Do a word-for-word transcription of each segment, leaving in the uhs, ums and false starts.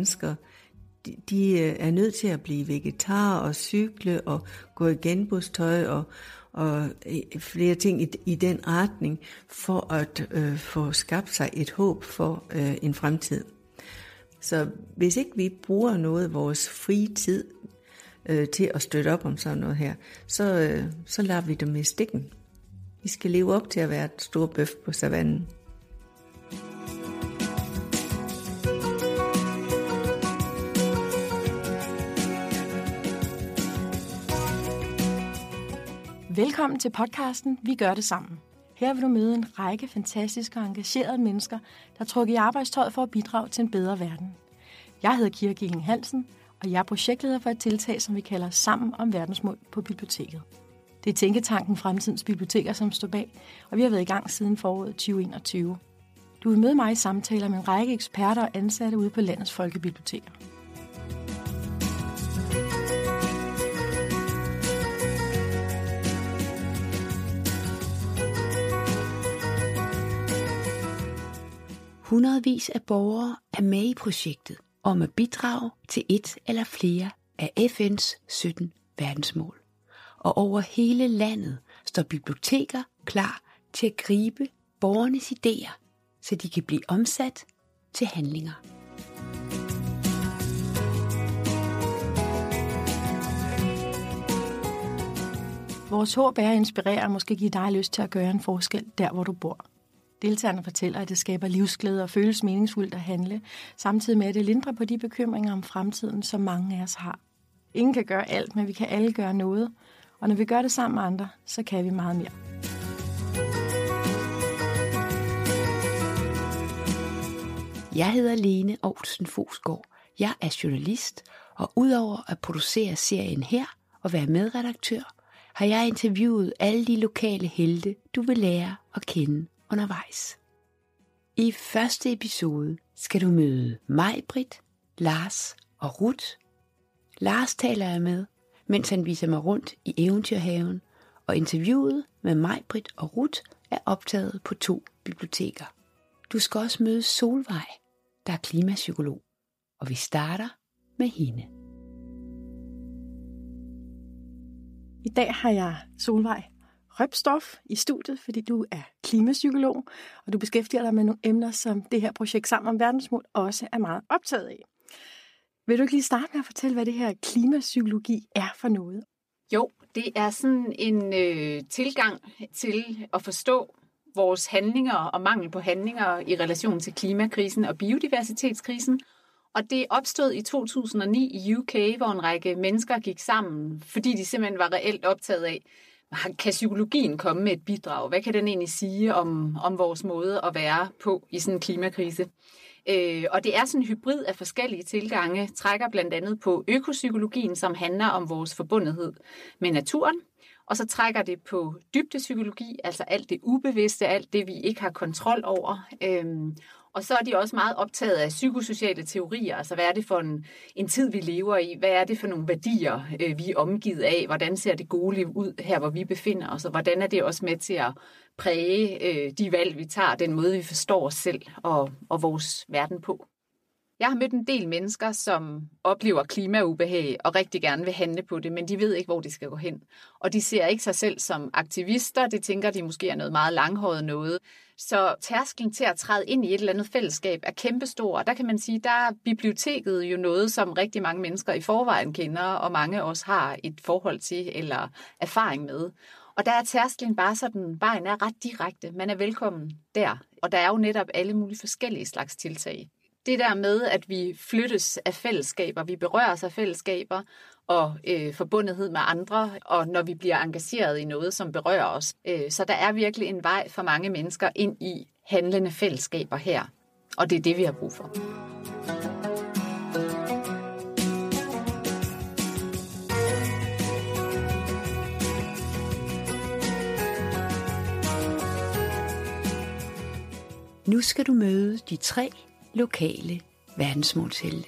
mennesker, de, de er nødt til at blive vegetarer og cykle og gå i genbrugstøj og, og flere ting i, i den retning, for at øh, få skabt sig et håb for øh, en fremtid. Så hvis ikke vi bruger noget af vores frie tid øh, til at støtte op om sådan noget her, så, øh, så lader vi dem i stikken. Vi skal leve op til at være et stor bøf på savannen. Velkommen til podcasten Vi gør det sammen. Her vil du møde en række fantastiske og engagerede mennesker, der trykker i arbejdstøjet for at bidrage til en bedre verden. Jeg hedder Kira Gilling Hansen, og jeg er projektleder for et tiltag, som vi kalder Sammen om verdensmål på biblioteket. Det er tænketanken Fremtidens Biblioteker, som står bag, og vi har været i gang siden foråret tyve enogtyve. Du vil møde mig i samtaler med en række eksperter og ansatte ude på landets folkebiblioteker. Hundredvis af borgere er med i projektet om at bidrage til et eller flere af F N's sytten verdensmål. Og over hele landet står biblioteker klar til at gribe borgernes idéer, så de kan blive omsat til handlinger. Vores håb er at inspirere og måske give dig lyst til at gøre en forskel der, hvor du bor. Deltagerne fortæller, at det skaber livsglæde og føles meningsfuldt at handle, samtidig med at det lindrer på de bekymringer om fremtiden, som mange af os har. Ingen kan gøre alt, men vi kan alle gøre noget, og når vi gør det sammen med andre, så kan vi meget mere. Jeg hedder Lene Olsen Fosgaard. Jeg er journalist, og udover at producere serien her og være medredaktør, har jeg interviewet alle de lokale helte, du vil lære at kende undervejs. I første episode skal du møde Maj-Britt, Lars og Ruth. Lars taler jeg med, mens han viser mig rundt i Eventyrhaven, og interviewet med Maj-Britt og Ruth er optaget på to biblioteker. Du skal også møde Solvej, der er klimapsykolog, og vi starter med hende. I dag har jeg Solvej Røbstorff i studiet, fordi du er klimapsykolog, og du beskæftiger dig med nogle emner, som det her projekt Sammen om verdensmål også er meget optaget af. Vil du ikke lige starte med at fortælle, hvad det her klimapsykologi er for noget? Jo, det er sådan en øh, tilgang til at forstå vores handlinger og mangel på handlinger i relation til klimakrisen og biodiversitetskrisen. Og det opstod i to tusind og ni i U K, hvor en række mennesker gik sammen, fordi de simpelthen var reelt optaget af, kan psykologien komme med et bidrag? Hvad kan den egentlig sige om, om vores måde at være på i sådan en klimakrise? Øh, og det er sådan en hybrid af forskellige tilgange, trækker blandt andet på økopsykologien, som handler om vores forbundethed med naturen. Og så trækker det på dybdepsykologi, altså alt det ubevidste, alt det, vi ikke har kontrol over. Øhm, og så er de også meget optaget af psykosociale teorier, altså hvad er det for en, en tid, vi lever i? Hvad er det for nogle værdier, øh, vi er omgivet af? Hvordan ser det gode liv ud her, hvor vi befinder os? Og hvordan er det også med til at præge øh, de valg, vi tager, den måde, vi forstår os selv og, og vores verden på? Jeg har mødt en del mennesker, som oplever klimaubehag og rigtig gerne vil handle på det, men de ved ikke, hvor de skal gå hen. Og de ser ikke sig selv som aktivister, det tænker de måske er noget meget langhåret noget. Så tærsklen til at træde ind i et eller andet fællesskab er kæmpestor, og der kan man sige, der er biblioteket jo noget, som rigtig mange mennesker i forvejen kender, og mange af os har et forhold til eller erfaring med. Og der er tærsklen bare sådan, vejen er ret direkte, man er velkommen der. Og der er jo netop alle mulige forskellige slags tiltag. Det der med, at vi flyttes af fællesskaber, vi berøres af fællesskaber og øh, forbundethed med andre, og når vi bliver engageret i noget, som berører os. Øh, så der er virkelig en vej for mange mennesker ind i handlende fællesskaber her, og det er det, vi har brug for. Nu skal du møde de tre lokale verdensmålshelte.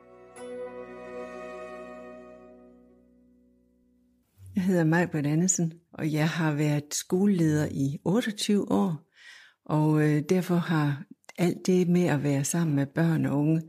Jeg hedder Maj-Britt Andersen, og jeg har været skoleleder i otteogtyve år, og øh, derfor har alt det med at være sammen med børn og unge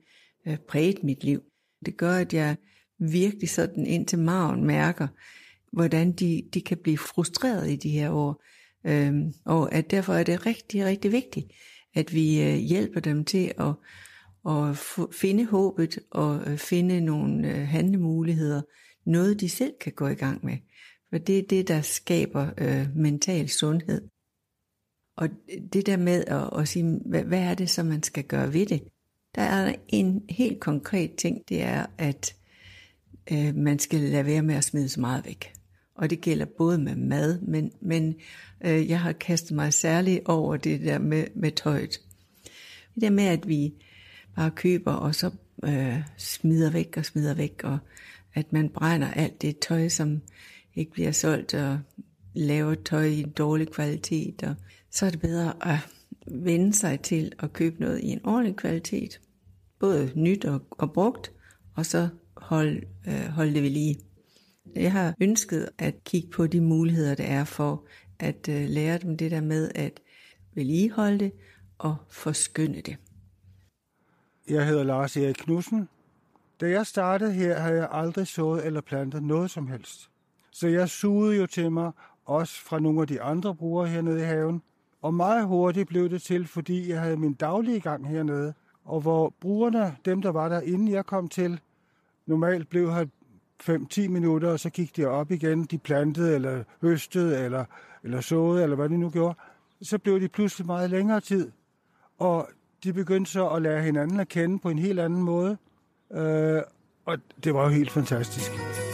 øh, præget mit liv. Det gør, at jeg virkelig sådan ind til marven mærker, hvordan de, de kan blive frustreret i de her år. Øhm, og at derfor er det rigtig, rigtig vigtigt, at vi øh, hjælper dem til at, at f- finde håbet og øh, finde nogle øh, handlemuligheder. Noget, de selv kan gå i gang med. For det er det, der skaber øh, mental sundhed. Og det der med at, at sige, hvad, hvad er det, som man skal gøre ved det? Der er en helt konkret ting, det er, at øh, man skal lade være med at smide så meget væk. Og det gælder både med mad, men, men øh, jeg har kastet mig særligt over det der med, med tøjet. Det der med, at vi bare køber og så øh, smider væk og smider væk, og at man brænder alt det tøj, som ikke bliver solgt, og laver tøj i en dårlig kvalitet. Og så er det bedre at vende sig til at købe noget i en ordentlig kvalitet, både nyt og, og brugt, og så holde, øh, holde det ved lige. Jeg har ønsket at kigge på de muligheder, der er for at øh, lære dem det der med at vedligeholde det og forskønne det. Jeg hedder Lars Erik Knudsen. Da jeg startede her, havde jeg aldrig sået eller plantet noget som helst. Så jeg sugede jo til mig, også fra nogle af de andre brugere hernede i haven. Og meget hurtigt blev det til, fordi jeg havde min daglige gang hernede. Og hvor brugerne, dem der var der inden jeg kom til, normalt blev her fem til ti minutter, og så gik de op igen. De plantede, eller høstede, eller, eller såede, eller hvad de nu gjorde. Så blev de pludselig meget længere tid. Og de begyndte så at lære hinanden at kende på en helt anden måde. Øh, og det var jo helt fantastisk.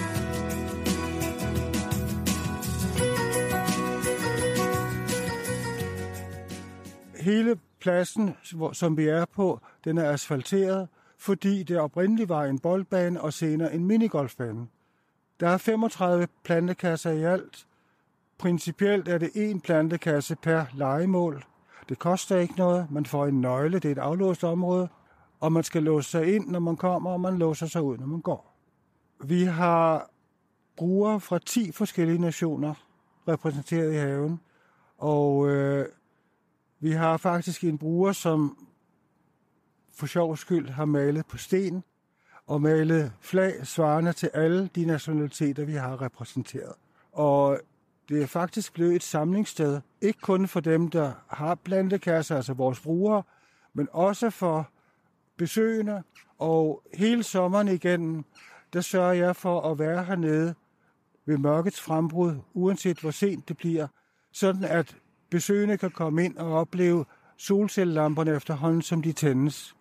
Hele pladsen, som vi er på, den er asfalteret, fordi det oprindeligt var en boldbane og senere en minigolfbane. Der er femogtredive plantekasser i alt. Principielt er det én plantekasse per lejemål. Det koster ikke noget. Man får en nøgle, det er et aflåst område, og man skal låse sig ind, når man kommer, og man låser sig ud, når man går. Vi har brugere fra ti forskellige nationer repræsenteret i haven, og øh, vi har faktisk en bruger, som for sjov skyld har malet på sten og malet flag svarende til alle de nationaliteter, vi har repræsenteret. Og det er faktisk blevet et samlingssted, ikke kun for dem, der har plantekasser, altså vores brugere, men også for besøgende. Og hele sommeren igennem, der sørger jeg for at være hernede ved mørkets frembrud, uanset hvor sent det bliver, sådan at besøgende kan komme ind og opleve solcellelamperne efterhånden, som de tændes.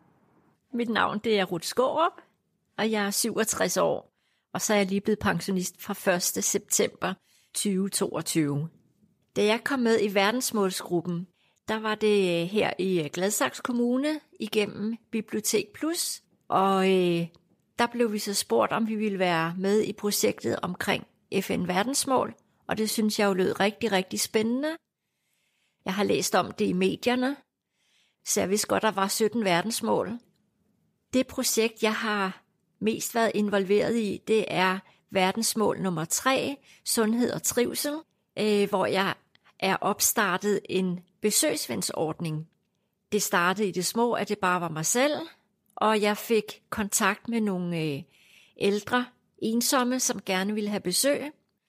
Mit navn det er Ruth Skaarup, og jeg er syvogtres år, og så er jeg lige blevet pensionist fra første september tyve toogtyve. Da jeg kom med i verdensmålsgruppen, der var det her i Gladsaxe Kommune igennem Bibliotek Plus, og øh, der blev vi så spurgt, om vi ville være med i projektet omkring F N-verdensmål, og det synes jeg jo lød rigtig, rigtig spændende. Jeg har læst om det i medierne, så jeg vidste godt, der var sytten verdensmål. Det projekt, jeg har mest været involveret i, det er verdensmål nummer tre, sundhed og trivsel, øh, hvor jeg er opstartet en besøgsvensordning. Det startede i det små, at det bare var mig selv, og jeg fik kontakt med nogle øh, ældre ensomme, som gerne ville have besøg.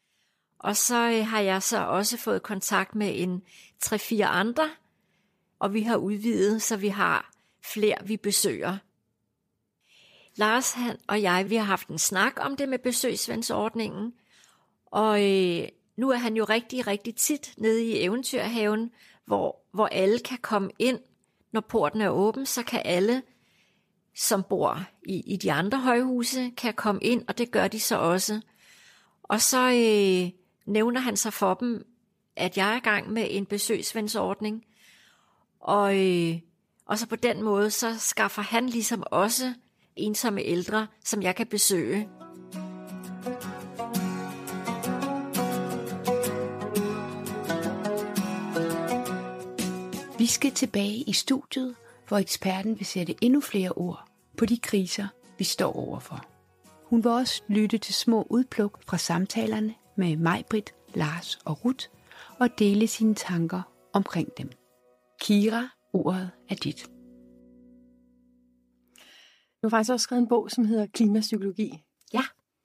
Og så øh, har jeg så også fået kontakt med en tre-fire andre, og vi har udvidet, så vi har flere, vi besøger. Lars han og jeg, vi har haft en snak om det med besøgsvensordningen, og øh, nu er han jo rigtig, rigtig tit nede i Eventyrhaven, hvor, hvor alle kan komme ind. Når porten er åben, så kan alle, som bor i, i de andre højhuse, kan komme ind, og det gør de så også. Og så øh, nævner han sig for dem, at jeg er i gang med en besøgsvensordning, og, øh, og så på den måde, så skaffer han ligesom også ensomme ældre, som jeg kan besøge. Vi skal tilbage i studiet, hvor eksperten vil sætte endnu flere ord på de kriser, vi står overfor. Hun vil også lytte til små udpluk fra samtalerne med Maj-Britt, Lars og Ruth og dele sine tanker omkring dem. Kira, ordet er dit. Du har faktisk også skrevet en bog, som hedder Klimapsykologi. Ja.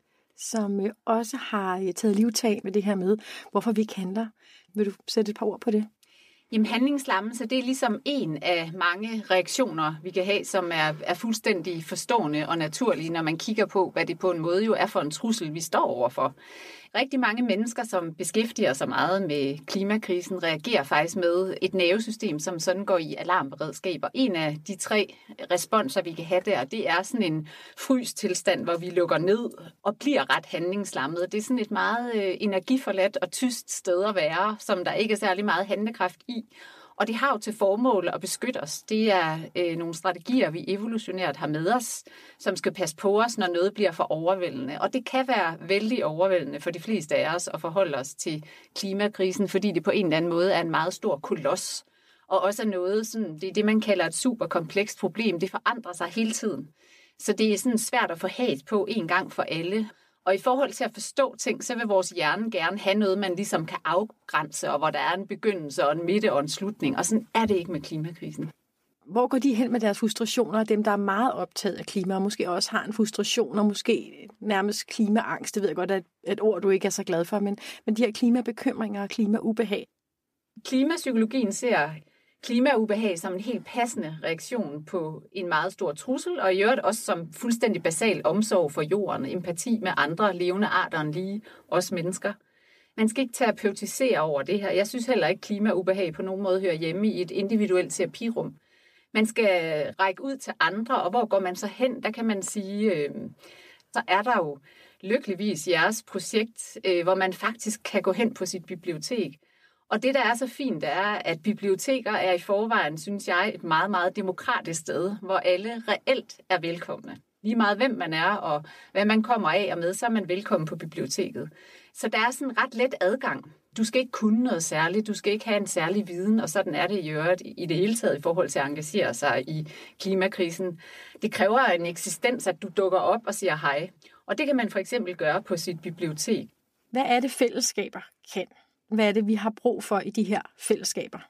Som også har taget livtag med det her med, hvorfor vi ikke handler. Vil du sætte et par ord på det? Jamen handlingslammelse, det er ligesom en af mange reaktioner, vi kan have, som er, er fuldstændig forstående og naturlige, når man kigger på, hvad det på en måde jo er for en trussel, vi står overfor. Rigtig mange mennesker, som beskæftiger sig meget med klimakrisen, reagerer faktisk med et nervesystem, som sådan går i alarmberedskab. Og en af de tre responser, vi kan have der, det er sådan en frystilstand, hvor vi lukker ned og bliver ret handlingslammet. Det er sådan et meget energiforladt og tyst sted at være, som der ikke er særlig meget handlekraft i. Og det har jo til formål at beskytte os. Det er øh, nogle strategier, vi evolutionært har med os, som skal passe på os, når noget bliver for overvældende. Og det kan være vældig overvældende for de fleste af os at forholde os til klimakrisen, fordi det på en eller anden måde er en meget stor koloss. Og også er noget, sådan, det er det, man kalder et super komplekst problem. Det forandrer sig hele tiden. Så det er sådan svært at få has på en gang for alle. Og i forhold til at forstå ting, så vil vores hjerne gerne have noget, man ligesom kan afgrænse, og hvor der er en begyndelse og en midte og en slutning. Og sådan er det ikke med klimakrisen. Hvor går de hen med deres frustrationer, dem der er meget optaget af klima, og måske også har en frustration, og måske nærmest klimaangst? Det ved jeg godt, at et ord, du ikke er så glad for, men, men de her klimabekymringer og klimaubehag. Klimapsykologien ser klimaubehag som en helt passende reaktion på en meget stor trussel, og i øvrigt også som fuldstændig basal omsorg for jorden, empati med andre levende arter end lige os mennesker. Man skal ikke terapeutisere over det her. Jeg synes heller ikke, at klimaubehag på nogen måde hører hjemme i et individuelt terapirum. Man skal række ud til andre, og hvor går man så hen? Der kan man sige, øh, så er der jo lykkeligvis jeres projekt, øh, hvor man faktisk kan gå hen på sit bibliotek. Og det, der er så fint, er, at biblioteker er i forvejen, synes jeg, et meget, meget demokratisk sted, hvor alle reelt er velkomne. Lige meget hvem man er, og hvad man kommer af og med, så er man velkommen på biblioteket. Så der er sådan ret let adgang. Du skal ikke kunne noget særligt, du skal ikke have en særlig viden, og sådan er det i øvrigt i det hele taget i forhold til at engagere sig i klimakrisen. Det kræver en eksistens, at du dukker op og siger hej. Og det kan man for eksempel gøre på sit bibliotek. Hvad er det, fællesskaber kan? Hvad er det, vi har brug for i de her fællesskaber?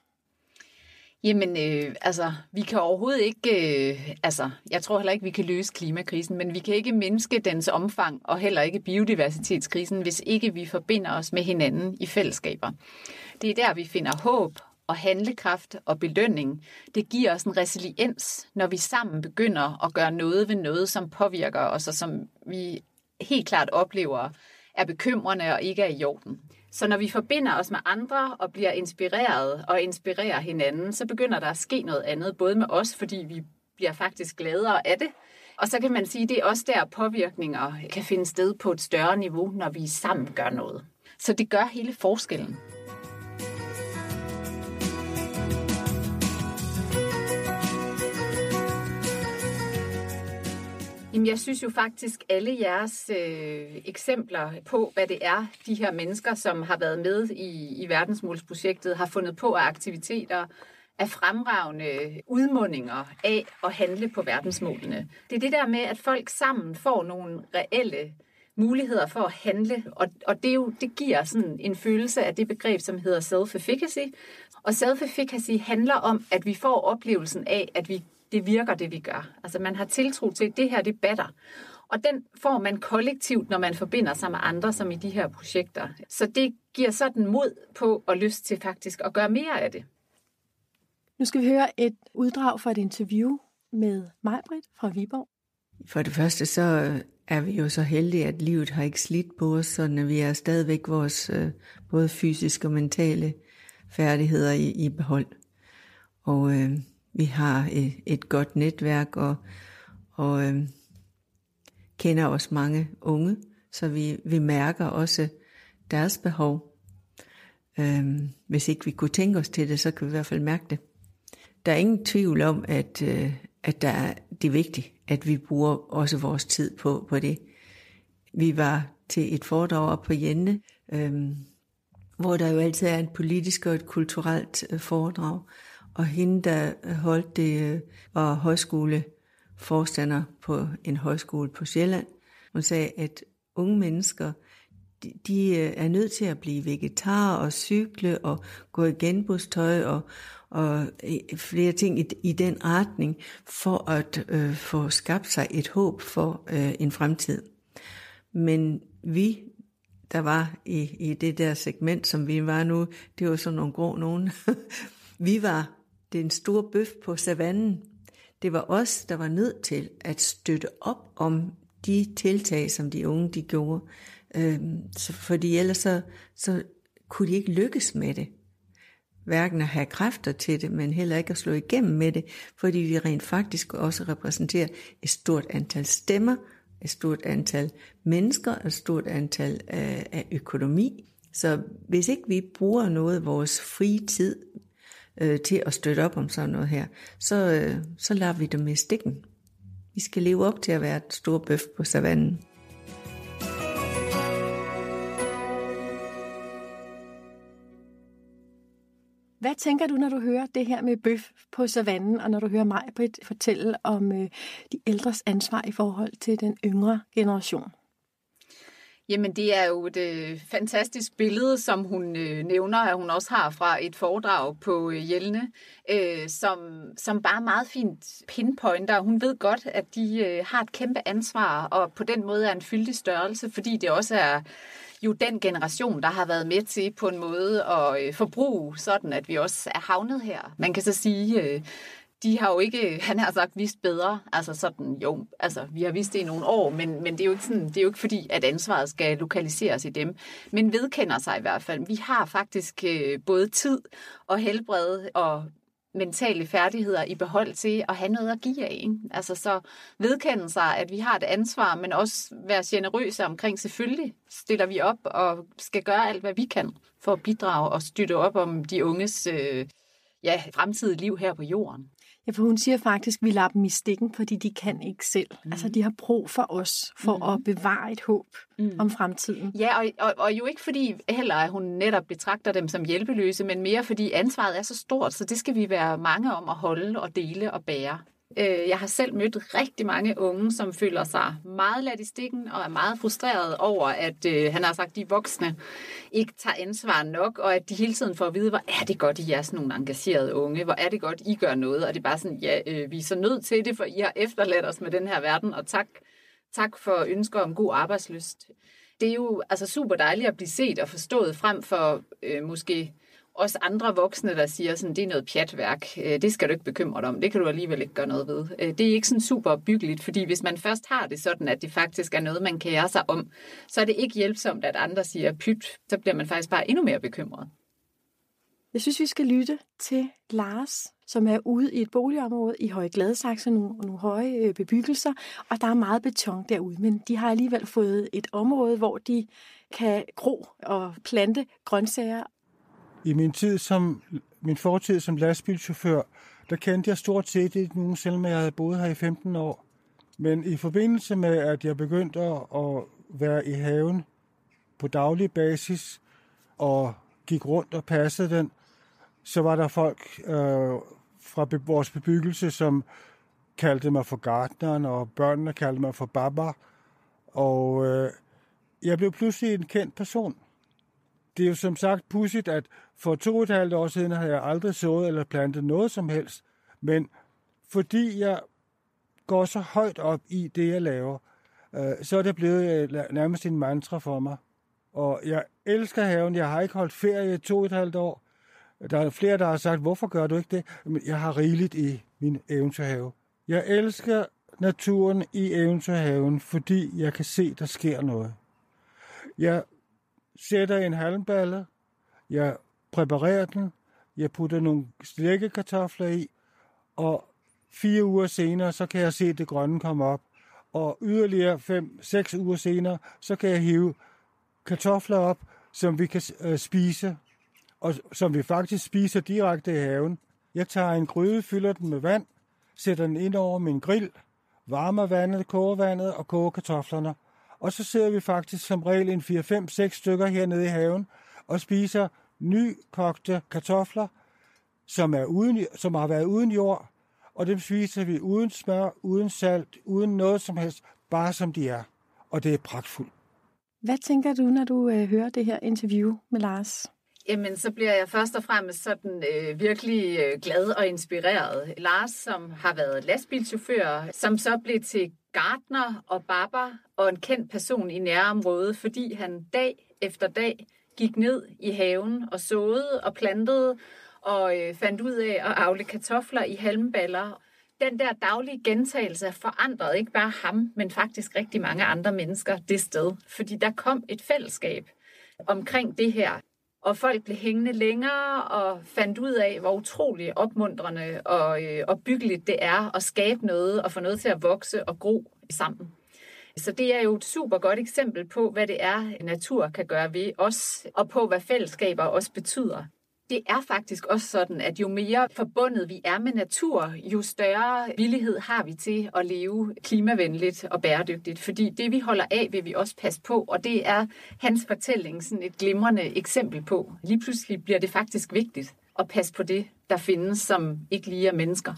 Jamen, øh, altså, vi kan overhovedet ikke, øh, altså, jeg tror heller ikke, vi kan løse klimakrisen, men vi kan ikke mindske dens omfang, og heller ikke biodiversitetskrisen, hvis ikke vi forbinder os med hinanden i fællesskaber. Det er der, vi finder håb og handlekraft og belønning. Det giver os en resiliens, når vi sammen begynder at gøre noget ved noget, som påvirker os, og som vi helt klart oplever er bekymrende og ikke er i orden. Så når vi forbinder os med andre og bliver inspireret og inspirerer hinanden, så begynder der at ske noget andet, både med os, fordi vi bliver faktisk gladere af det. Og så kan man sige, at det er også der, påvirkninger kan finde sted på et større niveau, når vi sammen gør noget. Så det gør hele forskellen. Jamen, jeg synes jo faktisk, alle jeres øh, eksempler på, hvad det er, de her mennesker, som har været med i, i verdensmålsprojektet, har fundet på af aktiviteter, af fremragende udmundinger af at handle på verdensmålene. Det er det der med, at folk sammen får nogle reelle muligheder for at handle, og, og det, jo, det giver sådan en følelse af det begreb, som hedder self-efficacy. Og self-efficacy handler om, at vi får oplevelsen af, at vi det virker, det vi gør. Altså man har tiltro til, at det her, det batter. Og den får man kollektivt, når man forbinder sig med andre, som i de her projekter. Så det giver sådan mod på og lyst til faktisk at gøre mere af det. Nu skal vi høre et uddrag fra et interview med Maj-Britt fra Viborg. For det første så er vi jo så heldige, at livet har ikke slidt på os, så vi er stadigvæk vores både fysiske og mentale færdigheder i, i behold. Og øh, vi har et, et godt netværk og, og øh, kender også mange unge, så vi, vi mærker også deres behov. Øh, hvis ikke vi kunne tænke os til det, så kan vi i hvert fald mærke det. Der er ingen tvivl om, at, øh, at der er, det er vigtigt, at vi bruger også vores tid på, på det. Vi var til et foredrag op på Jenne, øh, hvor der jo altid er et politisk og et kulturelt øh, foredrag. Og hende, der holdt det, var højskoleforstander på en højskole på Sjælland. Hun sagde, at unge mennesker, de, de er nødt til at blive vegetarer og cykle og gå i genbrugstøj og, og flere ting i, i den retning, for at øh, få skabt sig et håb for øh, en fremtid. Men vi, der var i, i det der segment, som vi var nu, det var sådan nogle grå nogen, vi var den store bøf på savannen. Det var os, der var nødt til at støtte op om de tiltag, som de unge de gjorde. Øhm, så, fordi ellers så, så kunne de ikke lykkes med det. Hverken at have kræfter til det, men heller ikke at slå igennem med det, fordi vi rent faktisk også repræsenterer et stort antal stemmer, et stort antal mennesker, et stort antal af, af økonomi. Så hvis ikke vi bruger noget af vores frie tid øh, til at støtte op om sådan noget her, så, øh, så lader vi dem i stikken. Vi skal leve op til at være et stort bøf på savannen. Hvad tænker du, når du hører det her med bøf på savannen, og når du hører mig fortælle om øh, de ældres ansvar i forhold til den yngre generation? Jamen, det er jo et øh, fantastisk billede, som hun øh, nævner, at hun også har fra et foredrag på øh, Jelne, øh, som, som bare meget fint pinpointer. Hun ved godt, at de øh, har et kæmpe ansvar, og på den måde er en fyldig størrelse, fordi det også er jo den generation, der har været med til på en måde at øh, forbruge, sådan at vi også er havnet her. Man kan så sige, øh, de har jo ikke, han har sagt, vist bedre. Altså sådan, jo, altså vi har vist det i nogle år, men, men det er jo ikke sådan, det er jo ikke fordi, at ansvaret skal lokaliseres i dem. Men vedkender sig i hvert fald. Vi har faktisk øh, både tid og helbred og mentale færdigheder i behold til at have noget at give af. Ikke? Altså så vedkende sig, at vi har et ansvar, men også være generøse omkring. Selvfølgelig stiller vi op og skal gøre alt, hvad vi kan for at bidrage og støtte op om de unges øh, ja, fremtidige liv her på jorden. Ja, for hun siger faktisk, at vi lader dem i stikken, fordi de kan ikke selv. Mm. Altså, de har brug for os, for mm. at bevare et håb mm. om fremtiden. Ja, og, og, og jo ikke fordi heller, at hun netop betragter dem som hjælpeløse, men mere fordi ansvaret er så stort, så det skal vi være mange om at holde og dele og bære. Jeg har selv mødt rigtig mange unge, som føler sig meget ladt i stikken og er meget frustreret over, at øh, han har sagt, at de voksne ikke tager ansvar nok, og at de hele tiden får at vide, hvor er det godt, I er sådan nogle engagerede unge, hvor er det godt, I gør noget, og det er bare sådan, ja, øh, vi er så nødt til det, for I har efterladt os med den her verden, og tak, tak for ønsker om god arbejdslyst. Det er jo altså super dejligt at blive set og forstået frem for øh, måske også andre voksne, der siger, sådan, det er noget pjatværk, det skal du ikke bekymre dig om, det kan du alligevel ikke gøre noget ved. Det er ikke sådan super opbyggeligt, fordi hvis man først har det sådan, at det faktisk er noget, man kærer sig om, så er det ikke hjælpsomt, at andre siger pyt, så bliver man faktisk bare endnu mere bekymret. Jeg synes, vi skal lytte til Lars, som er ude i et boligområde i Høje Gladsaxe, nogle, nogle høje bebyggelser, og der er meget beton derude, men de har alligevel fået et område, hvor de kan gro og plante grøntsager. I min tid som min fortid som lastbilchauffør, der kendte jeg stort set ikke nogen, selvom jeg havde boet her i femten år. Men i forbindelse med, at jeg begyndte at være i haven på daglig basis og gik rundt og passede den, så var der folk øh, fra be- vores bebyggelse, som kaldte mig for gartneren, og børnene kaldte mig for baba. Og øh, jeg blev pludselig en kendt person. Det er jo som sagt pudsigt, at for to og et halvt år siden havde jeg aldrig sået eller plantet noget som helst. Men fordi jeg går så højt op i det, jeg laver, øh, så er det blevet øh, nærmest en mantra for mig. Og jeg elsker haven. Jeg har ikke holdt ferie i to og et halvt år. Der er flere, der har sagt, hvorfor gør du ikke det? Men jeg har rigeligt i min eventyrhave. Jeg elsker naturen i eventyrhaven, fordi jeg kan se, der sker noget. Jeg sætter en halmballe, jeg præparerer den, jeg putter nogle slæggekartofler i, og fire uger senere, så kan jeg se det grønne komme op. Og yderligere fem, seks uger senere, så kan jeg hive kartofler op, som vi kan øh, spise, og som vi faktisk spiser direkte i haven. Jeg tager en gryde, fylder den med vand, sætter den ind over min grill, varmer vandet, koger vandet og koger kartoflerne. Og så sidder vi faktisk som regel en fire, fem, seks stykker hernede i haven og spiser nykogte kartofler, som, er uden, som har været uden jord, og dem spiser vi uden smør, uden salt, uden noget som helst, bare som de er. Og det er pragtfuldt. Hvad tænker du, når du øh, hører det her interview med Lars? Jamen, så bliver jeg først og fremmest sådan øh, virkelig øh, glad og inspireret. Lars, som har været lastbilchauffør, som så blev til gartner og barber og en kendt person i nærområdet, fordi han dag efter dag gik ned i haven og såede og plantede og øh, fandt ud af at avle kartofler i halmballer. Den der daglige gentagelse forandrede ikke bare ham, men faktisk rigtig mange andre mennesker det sted. Fordi der kom et fællesskab omkring det her. Og folk blev hængende længere og fandt ud af, hvor utroligt opmuntrende og, øh, og byggeligt det er at skabe noget og få noget til at vokse og gro sammen. Så det er jo et super godt eksempel på, hvad det er, natur kan gøre ved os, og på, hvad fællesskaber også betyder. Det er faktisk også sådan, at jo mere forbundet vi er med natur, jo større villighed har vi til at leve klimavenligt og bæredygtigt. Fordi det, vi holder af, vil vi også passe på, og det er hans fortælling sådan et glimrende eksempel på. Lige pludselig bliver det faktisk vigtigt at passe på det, der findes, som ikke lige er mennesker.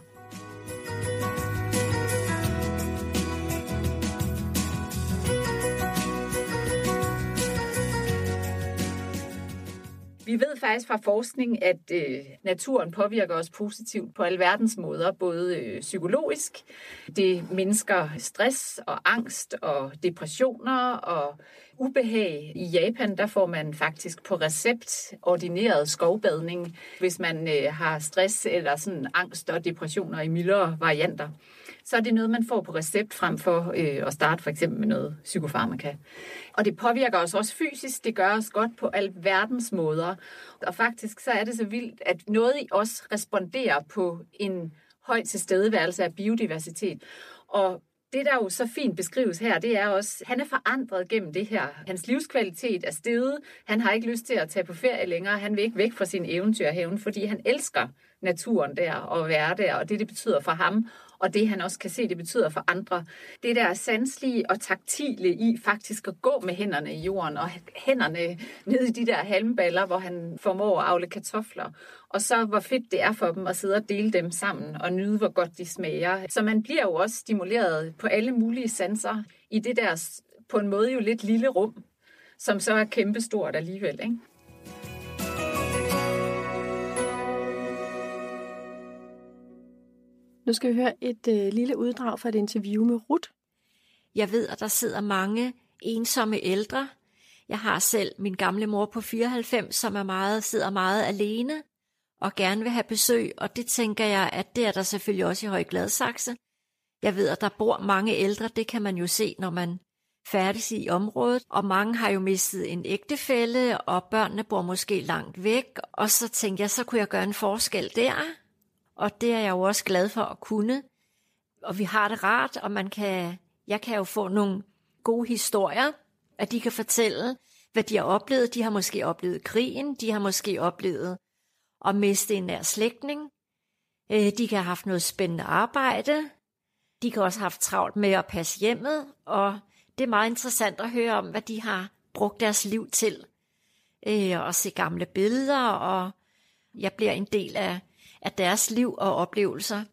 Vi ved faktisk fra forskning, at øh, naturen påvirker os positivt på alverdens måder, både øh, psykologisk. Det mindsker stress og angst og depressioner og ubehag. I Japan der får man faktisk på recept ordineret skovbadning, hvis man øh, har stress eller sådan angst og depressioner i mildere varianter. Så er det noget, man får på recept frem for øh, at starte for eksempel med noget psykofarmaka. Og det påvirker os også fysisk. Det gør os godt på alverdens måder. Og faktisk så er det så vildt, at noget i os responderer på en høj tilstedeværelse af biodiversitet. Og det, der jo så fint beskrives her, det er også, han er forandret gennem det her. Hans livskvalitet er steget. Han har ikke lyst til at tage på ferie længere. Han vil ikke væk fra sin eventyrhaven, fordi han elsker naturen der og være der, og det, det betyder for ham, og det, han også kan se, det betyder for andre. Det der sanselige og taktile i faktisk at gå med hænderne i jorden, og hænderne ned i de der halmballer, hvor han formår at avle kartofler. Og så hvor fedt det er for dem at sidde og dele dem sammen, og nyde, hvor godt de smager. Så man bliver jo også stimuleret på alle mulige sanser i det der, på en måde jo lidt lille rum, som så er kæmpestort alligevel, ikke? Nu skal vi høre et øh, lille uddrag fra et interview med Ruth. Jeg ved, at der sidder mange ensomme ældre. Jeg har selv min gamle mor på fireoghalvfems, som er meget, sidder meget alene og gerne vil have besøg, og det tænker jeg, at det er der selvfølgelig også i Høje Gladsaxe. Jeg ved, at der bor mange ældre, det kan man jo se, når man færdes i området, og mange har jo mistet en ægtefælle, og børnene bor måske langt væk, og så tænkte jeg, så kunne jeg gøre en forskel der. Og det er jeg jo også glad for at kunne. Og vi har det rart, og man kan, jeg kan jo få nogle gode historier, at de kan fortælle, hvad de har oplevet. De har måske oplevet krigen, de har måske oplevet at miste en nær slægtning. De kan have haft noget spændende arbejde. De kan også have haft travlt med at passe hjemmet, og det er meget interessant at høre om, hvad de har brugt deres liv til. Og se gamle billeder, og jeg bliver en del af af deres liv og oplevelser.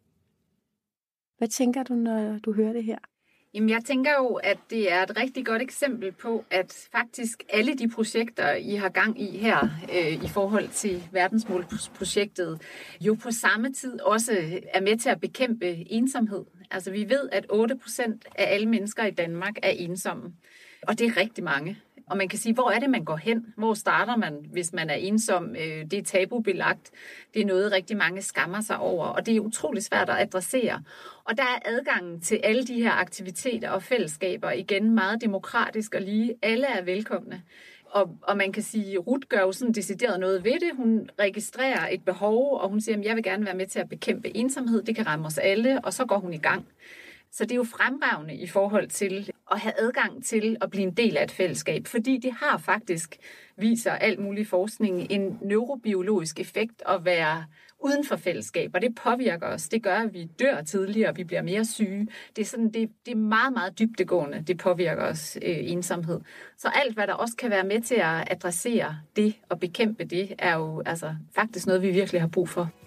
Hvad tænker du, når du hører det her? Jamen, jeg tænker jo, at det er et rigtig godt eksempel på, at faktisk alle de projekter, I har gang i her, øh, i forhold til verdensmålprojektet, jo på samme tid også er med til at bekæmpe ensomhed. Altså, vi ved, at otte procent af alle mennesker i Danmark er ensomme. Og det er rigtig mange. Og man kan sige, hvor er det, man går hen? Hvor starter man, hvis man er ensom? Det er tabubelagt. Det er noget, rigtig mange skammer sig over. Og det er utrolig svært at adressere. Og der er adgangen til alle de her aktiviteter og fællesskaber igen meget demokratisk og lige. Alle er velkomne. Og, og man kan sige, at Ruth gør jo sådan decideret noget ved det. Hun registrerer et behov, og hun siger, at jeg vil gerne være med til at bekæmpe ensomhed. Det kan ramme os alle, og så går hun i gang. Så det er jo fremragende i forhold til at have adgang til at blive en del af et fællesskab, fordi det har faktisk, viser alt mulig forskning, en neurobiologisk effekt at være uden for fællesskab, og det påvirker os. Det gør, at vi dør tidligere, og vi bliver mere syge. Det er, sådan, det, det er meget, meget dybdegående, det påvirker os øh, ensomhed. Så alt, hvad der også kan være med til at adressere det og bekæmpe det, er jo altså, faktisk noget, vi virkelig har brug for.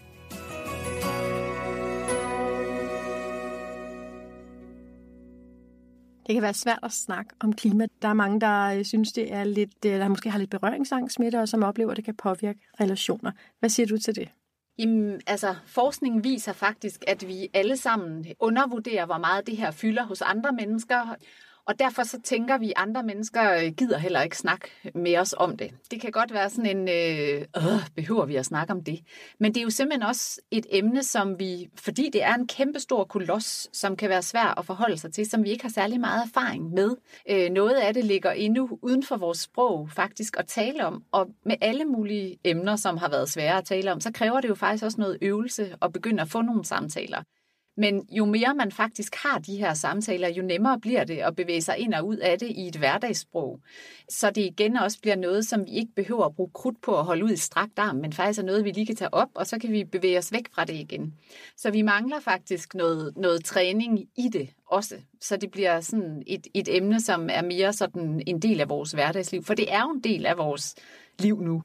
Det Det kan være svært at snakke om klima. Der er mange, der synes, det er lidt, der måske har lidt berøringsangst med det, og som oplever, at det kan påvirke relationer. Hvad siger du til det? Jamen, altså, forskningen viser faktisk, at vi alle sammen undervurderer, hvor meget det her fylder hos andre mennesker. Og derfor så tænker vi, at andre mennesker gider heller ikke snakke med os om det. Det kan godt være sådan en, øh, øh, behøver vi at snakke om det? Men det er jo simpelthen også et emne, som vi, fordi det er en kæmpestor koloss, som kan være svær at forholde sig til, som vi ikke har særlig meget erfaring med. Øh, noget af det ligger endnu uden for vores sprog faktisk at tale om. Og med alle mulige emner, som har været svære at tale om, så kræver det jo faktisk også noget øvelse at begynde at få nogle samtaler. Men jo mere man faktisk har de her samtaler, jo nemmere bliver det at bevæge sig ind og ud af det i et hverdagssprog. Så det igen også bliver noget, som vi ikke behøver at bruge krudt på at holde ud i strakt arm, men faktisk er noget, vi lige kan tage op, og så kan vi bevæge os væk fra det igen. Så vi mangler faktisk noget, noget træning i det også. Så det bliver sådan et, et emne, som er mere sådan en del af vores hverdagsliv. For det er jo en del af vores liv nu.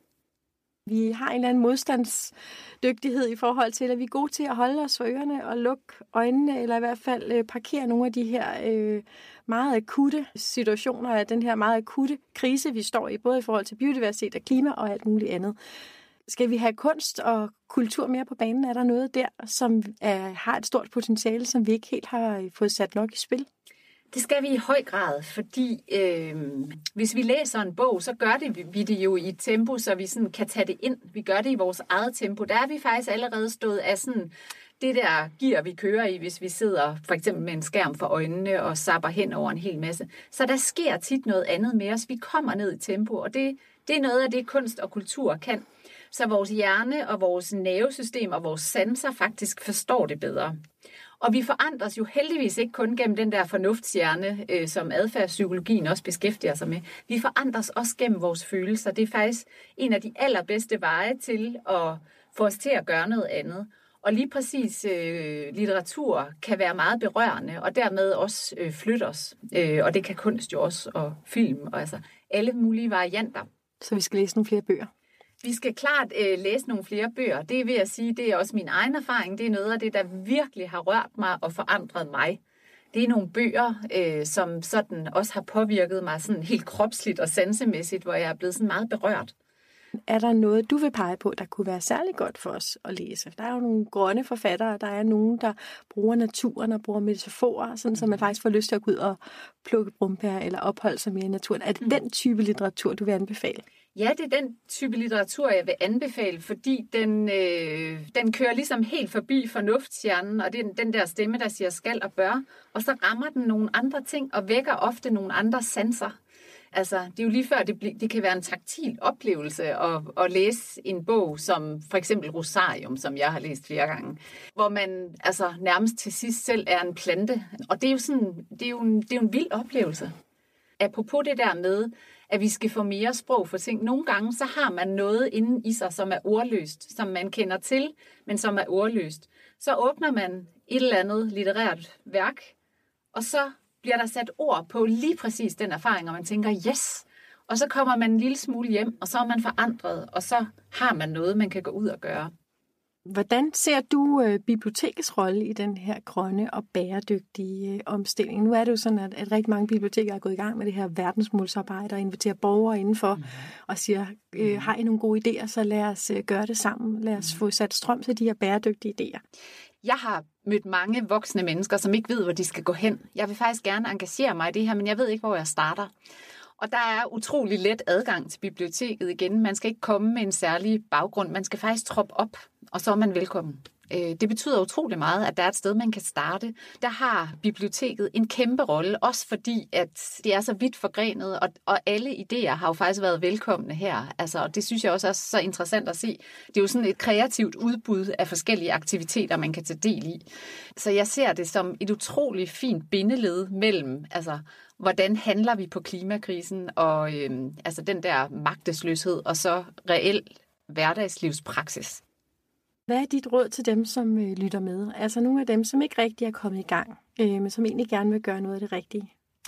Vi har en eller anden modstandsdygtighed i forhold til, at vi er gode til at holde os for ørerne og lukke øjnene, eller i hvert fald øh, parkere nogle af de her øh, meget akutte situationer af den her meget akutte krise, vi står i, både i forhold til biodiversitet og klima og alt muligt andet. Skal vi have kunst og kultur mere på banen? Er der noget der, som er, har et stort potentiale, som vi ikke helt har fået sat nok i spil? Det skal vi i høj grad, fordi øh, hvis vi læser en bog, så gør det, vi det jo i et tempo, så vi sådan kan tage det ind. Vi gør det i vores eget tempo. Der er vi faktisk allerede stået af sådan det der gear, vi kører i, hvis vi sidder for eksempel med en skærm for øjnene og zapper hen over en hel masse. Så der sker tit noget andet med os. Vi kommer ned i tempo, og det, det er noget af det, kunst og kultur kan. Så vores hjerne og vores nervesystem og vores sanser faktisk forstår det bedre. Og vi forandres jo heldigvis ikke kun gennem den der fornuftshjerne, øh, som adfærdspsykologien også beskæftiger sig med. Vi forandres også gennem vores følelser. Det er faktisk en af de allerbedste veje til at få os til at gøre noget andet. Og lige præcis øh, litteratur kan være meget berørende, og dermed også øh, flytte os. Øh, og det kan kunst jo også, og film, og altså alle mulige varianter. Så vi skal læse nogle flere bøger? Vi skal klart øh, læse nogle flere bøger. Det vil jeg sige, det er også min egen erfaring. Det er noget af det, der virkelig har rørt mig og forandret mig. Det er nogle bøger, øh, som sådan også har påvirket mig sådan helt kropsligt og sansemæssigt, hvor jeg er blevet sådan meget berørt. Er der noget, du vil pege på, der kunne være særlig godt for os at læse? Der er jo nogle grønne forfattere, der er nogen, der bruger naturen og bruger metaforer, sådan, så man faktisk får lyst til at gå ud og plukke brumbær eller opholde sig mere i naturen. Er det mm. den type litteratur, du vil anbefale? Ja, det er den type litteratur, jeg vil anbefale, fordi den, øh, den kører ligesom helt forbi fornuftshjernen, og det er den der stemme, der siger skal og bør, og så rammer den nogle andre ting og vækker ofte nogle andre sanser. Altså, det er jo lige før, det, bl- det kan være en taktil oplevelse at, at læse en bog, som for eksempel Rosarium, som jeg har læst flere gange, hvor man altså nærmest til sidst selv er en plante. Og det er jo sådan, det er jo en, det er jo en vild oplevelse. Apropos det der med, at vi skal få mere sprog for ting. Nogle gange, så har man noget inde i sig, som er ordløst, som man kender til, men som er ordløst. Så åbner man et eller andet litterært værk, og så bliver der sat ord på lige præcis den erfaring, og man tænker, yes! Og så kommer man en lille smule hjem, og så er man forandret, og så har man noget, man kan gå ud og gøre. Hvordan ser du øh, bibliotekets rolle i den her grønne og bæredygtige øh, omstilling? Nu er det jo sådan, at, at rigtig mange biblioteker er gået i gang med det her verdensmålsarbejde og inviterer borgere indenfor mm. og siger, øh, har I nogle gode idéer, så lad os øh, gøre det sammen. Lad os mm. få sat strøm til de her bæredygtige idéer. Jeg har mødt mange voksne mennesker, som ikke ved, hvor de skal gå hen. Jeg vil faktisk gerne engagere mig i det her, men jeg ved ikke, hvor jeg starter. Og der er utrolig let adgang til biblioteket igen. Man skal ikke komme med en særlig baggrund. Man skal faktisk troppe op, og så er man velkommen. Det betyder utrolig meget, at der er et sted, man kan starte. Der har biblioteket en kæmpe rolle, også fordi, at det er så vidt forgrenet, og, og alle idéer har jo faktisk været velkomne her. Altså, og det synes jeg også er så interessant at se. Det er jo sådan et kreativt udbud af forskellige aktiviteter, man kan tage del i. Så jeg ser det som et utroligt fint bindeled mellem, altså, hvordan handler vi på klimakrisen, og øhm, altså den der magtesløshed, og så reel hverdagslivspraksis. Hvad er dit råd til dem, som øh, lytter med? Altså nogle af dem, som ikke rigtig er kommet i gang, øh, men som egentlig gerne vil gøre noget af det rigtige?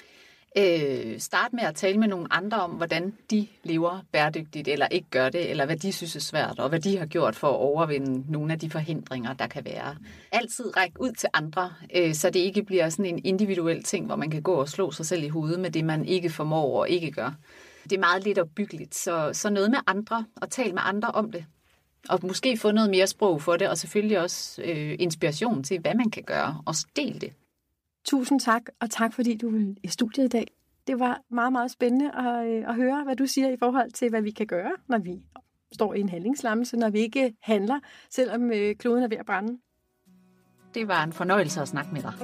Øh, start med at tale med nogle andre om, hvordan de lever bæredygtigt, eller ikke gør det, eller hvad de synes er svært, og hvad de har gjort for at overvinde nogle af de forhindringer, der kan være. Altid række ud til andre, øh, så det ikke bliver sådan en individuel ting, hvor man kan gå og slå sig selv i hovedet med det, man ikke formår og ikke gør. Det er meget lidt opbyggeligt, så, så noget med andre, og tale med andre om det. Og måske få noget mere sprog for det, og selvfølgelig også øh, inspiration til, hvad man kan gøre, og del det. Tusind tak, og tak fordi du vil i studiet i dag. Det var meget, meget spændende at, øh, at høre, hvad du siger i forhold til, hvad vi kan gøre, når vi står i en handlingslammelse, når vi ikke handler, selvom øh, kloden er ved at brænde. Det var en fornøjelse at snakke med dig.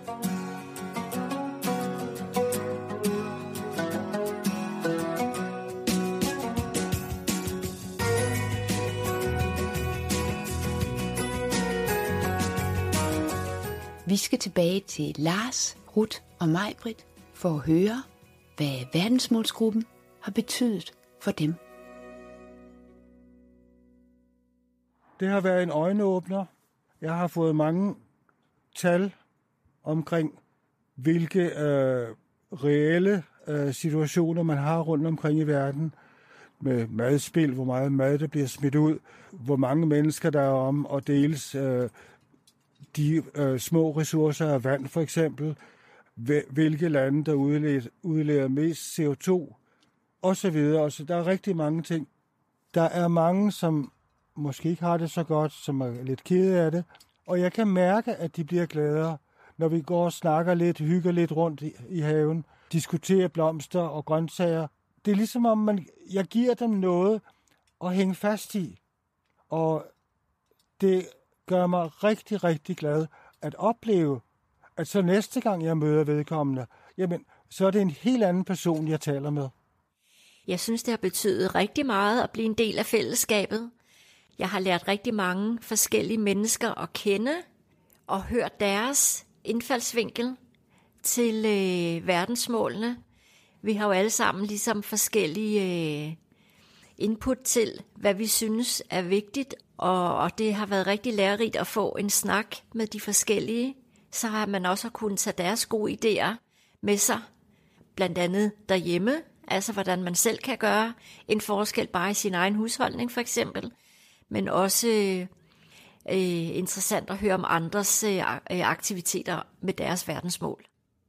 Vi skal tilbage til Lars, Ruth og Maj-Britt for at høre, hvad verdensmålsgruppen har betydet for dem. Det har været en øjenåbner. Jeg har fået mange tal omkring, hvilke øh, reelle øh, situationer man har rundt omkring i verden. Med madspil, hvor meget mad der bliver smidt ud, hvor mange mennesker der er om og deles øh, de øh, små ressourcer af vand for eksempel, hvilke lande der udleder, udleder mest C O to og så videre. Så der er rigtig mange ting. Der er mange, som måske ikke har det så godt, som er lidt kede af det, og jeg kan mærke, at de bliver gladere, når vi går og snakker lidt, hygger lidt rundt i, i haven, diskuterer blomster og grøntsager. Det er ligesom om, man, jeg giver dem noget at hænge fast i, og det gør mig rigtig, rigtig glad at opleve, at så næste gang jeg møder vedkommende, jamen, så er det en helt anden person, jeg taler med. Jeg synes, det har betydet rigtig meget at blive en del af fællesskabet. Jeg har lært rigtig mange forskellige mennesker at kende og hørt deres indfaldsvinkel til øh, verdensmålene. Vi har jo alle sammen ligesom forskellige øh, input til, hvad vi synes er vigtigt, og, og det har været rigtig lærerigt at få en snak med de forskellige. Så har man også kunnet tage deres gode idéer med sig, blandt andet derhjemme, altså hvordan man selv kan gøre en forskel bare i sin egen husholdning for eksempel, men også øh, interessant at høre om andres øh, aktiviteter med deres verdensmål.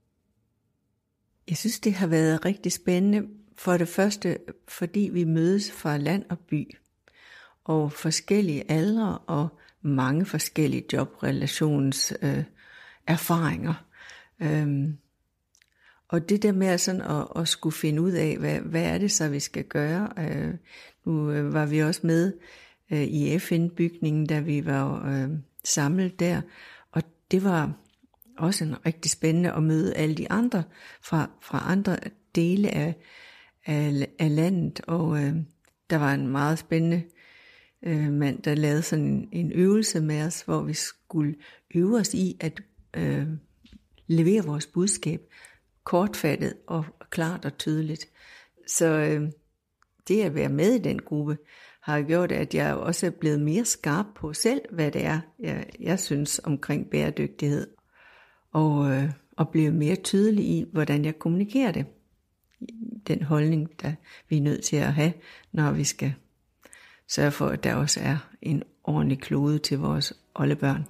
Jeg synes, det har været rigtig spændende. For det første, fordi vi mødes fra land og by, og forskellige aldre og mange forskellige jobrelations øh, erfaringer. Øhm, og det der med sådan at, at skulle finde ud af, hvad, hvad er det så, vi skal gøre. Øh, nu øh, var vi også med øh, i F N-bygningen, da vi var øh, samlet der, og det var også en rigtig spændende at møde alle de andre fra, fra andre dele af, af, af landet, og øh, der var en meget spændende øh, mand, der lavede sådan en, en øvelse med os, hvor vi skulle øve os i at øh, levere vores budskab kortfattet og klart og tydeligt. Så øh, det at være med i den gruppe har gjort, at jeg også er blevet mere skarp på selv, hvad det er, jeg, jeg synes omkring bæredygtighed, og, øh, og blevet mere tydelig i, hvordan jeg kommunikerer det. Den holdning, der vi er nødt til at have, når vi skal sørge for, at der også er en ordentlig klode til vores oldebørn.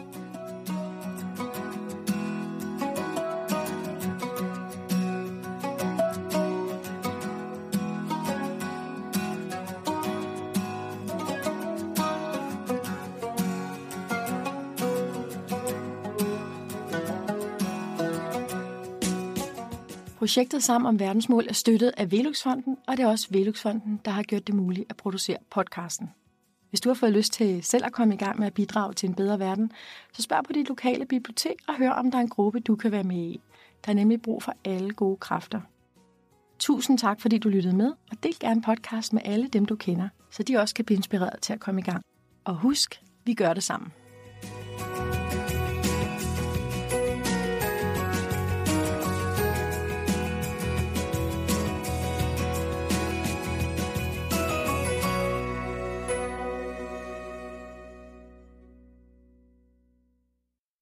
Projektet Sammen om verdensmål er støttet af Velux-fonden, og det er også Velux-fonden, der har gjort det muligt at producere podcasten. Hvis du har fået lyst til selv at komme i gang med at bidrage til en bedre verden, så spørg på dit lokale bibliotek og hør, om der er en gruppe, du kan være med i. Der er nemlig brug for alle gode kræfter. Tusind tak, fordi du lyttede med, og del gerne podcast med alle dem, du kender, så de også kan blive inspireret til at komme i gang. Og husk, vi gør det sammen.